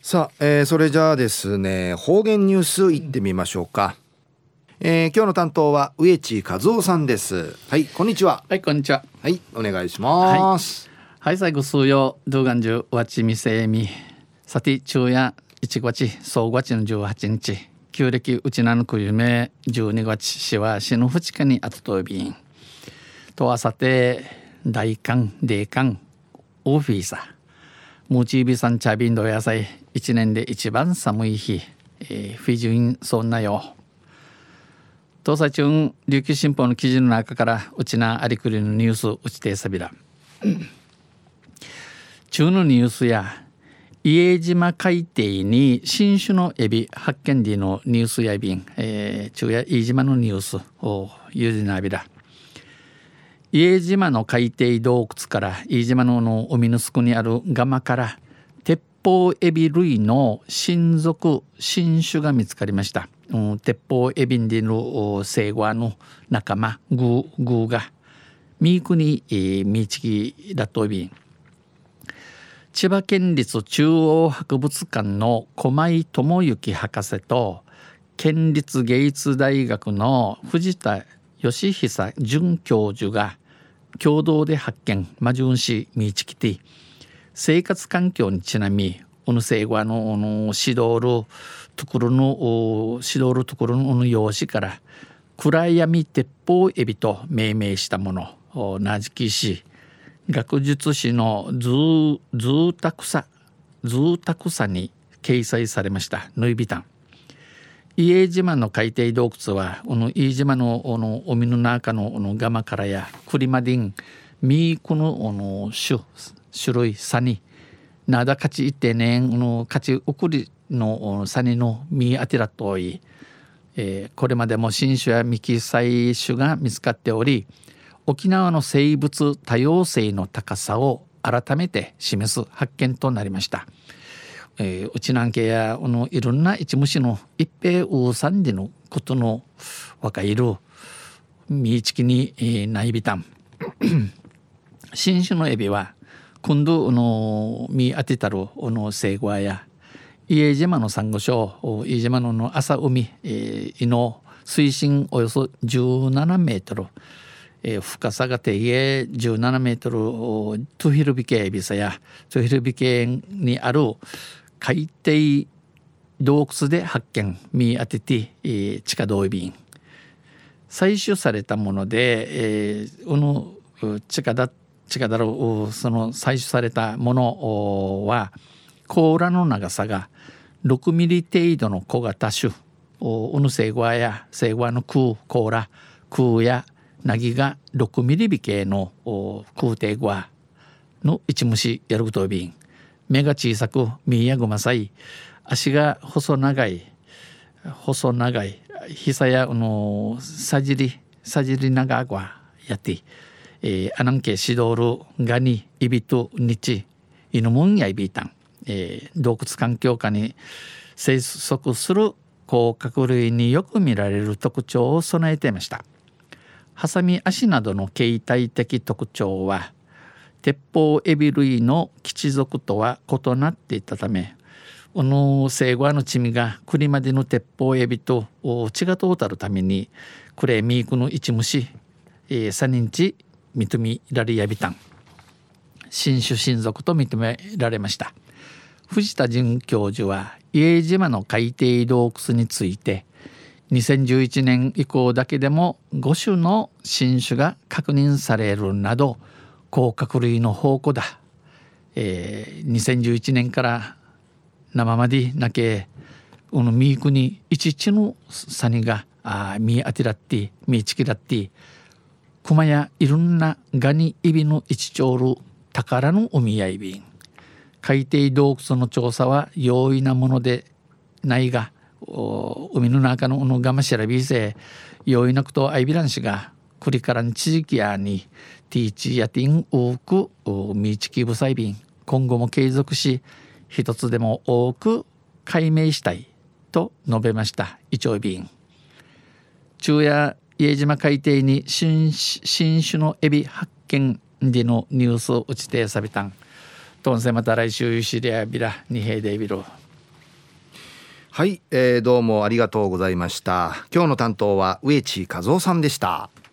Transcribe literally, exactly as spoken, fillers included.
さあ、えー、それじゃあですね、方言ニュースいってみましょうか。えー、今日の担当は植地和夫さんです。はい、こんにちは。 はい、こんにちは。 はい、お願いします。 はい、はい、最後数曜動画中わちみせみさて昼夜いちがつ総がちのじゅうはちにち旧暦うちなのくゆめじゅうにがつしは死ぬふちかにあととびんとはさて大寒大寒オフィーさムチビさんチャビンド野菜一年で一番寒い日、えー、フィジュンそんなよ東西中琉球新報の記事の中からうちなありくりのニュースうちてさびら中のニュースや伊江島海底に新種のエビ発見時のニュースやびん、えー、中や伊江島のニュースをゆずなびら伊江島の海底洞窟から伊江島 の, の海の底にあるガマから鉄砲エビ類の新属新種が見つかりました、うん、鉄砲エビンでの生後の仲間グーグーがミークに、えー、ミーチキラットビン千葉県立中央博物館の駒井智之博士と県立芸術大学の藤田義久准教授が共同で発見マジュンシミーチキティ生活環境にちなみおぬせいごののシドールところのシドールところの用紙から暗闇鉄砲エビと命名したものなじきし学術誌のズーズータクサズータクサに掲載されましたヌイビタン伊江島の海底洞窟はこの伊江島 の, この海の中 の, このガマからやクリマディンミーク の, この 種, 種類サニなだかちいってねんのかちうくりのサニのミーアティラとい、えー、これまでも新種や未記載種が見つかっており沖縄の生物多様性の高さを改めて示す発見となりました。えー、うちなんけやこのいろんな一虫の一平ウーサンディのことの若いるミーチキに、えー、ないびたん新種のエビは今度のミーアティタルの生後や伊江島のサンゴ礁伊江島の浅海、えー、伊の水深およそじゅうななメートルえー、深さがてえじゅうななメートルトゥヒルビケエビサやトゥヒルビケにある海底洞窟で発見見当てて、えー、地下洞瓶採取されたもので、えー、この地下だ地下だろうその採取されたものは甲羅の長さがろくミリ程度の小型種おぬセイゴアやセイゴアの空甲羅空やなぎがろくミリビケの空挺ゴアの一虫やることをびん目が小さく身やごまさい足が細長い細長い膝やのさじりさじり長ごわやって、えー、アナンケシドールガニイビトニチイヌムンやいびいたん、えー、洞窟環境下に生息する甲殻類によく見られる特徴を備えていました。ハサミ足などの形態的特徴は鉄砲エビ類の基地属とは異なっていたためこの生後のチミがクリマディの鉄砲エビと血が通たるためにクレミークの一虫、えー、サニンチ認められやびたん新種新属と認められました。藤田准教授は伊江島の海底洞窟についてにせんじゅういちねん以降だけでもご種の新種が確認されるなど甲殻類の宝庫だ、えー、にせんじゅういちねんから生までなけこのミークに一地のサニがあミーアティラッティミーチキラッティクマやいろんなガニイビの一丁る宝の海やいびん海底洞窟の調査は容易なものでないが海の中ののがましらびせ容易なくとアイビランシがクリからん地域やにティーチやティン多くミーチキブサイビン今後も継続し一つでも多く解明したいと述べましたイチョウビン中夜伊江島海底に 新, 新種のエビ発見でのニュースを打ちてさびたんとんせまた来週ゆしりやびらにへいでびろはい、えー、どうもありがとうございました。今日の担当は植地和夫さんでした。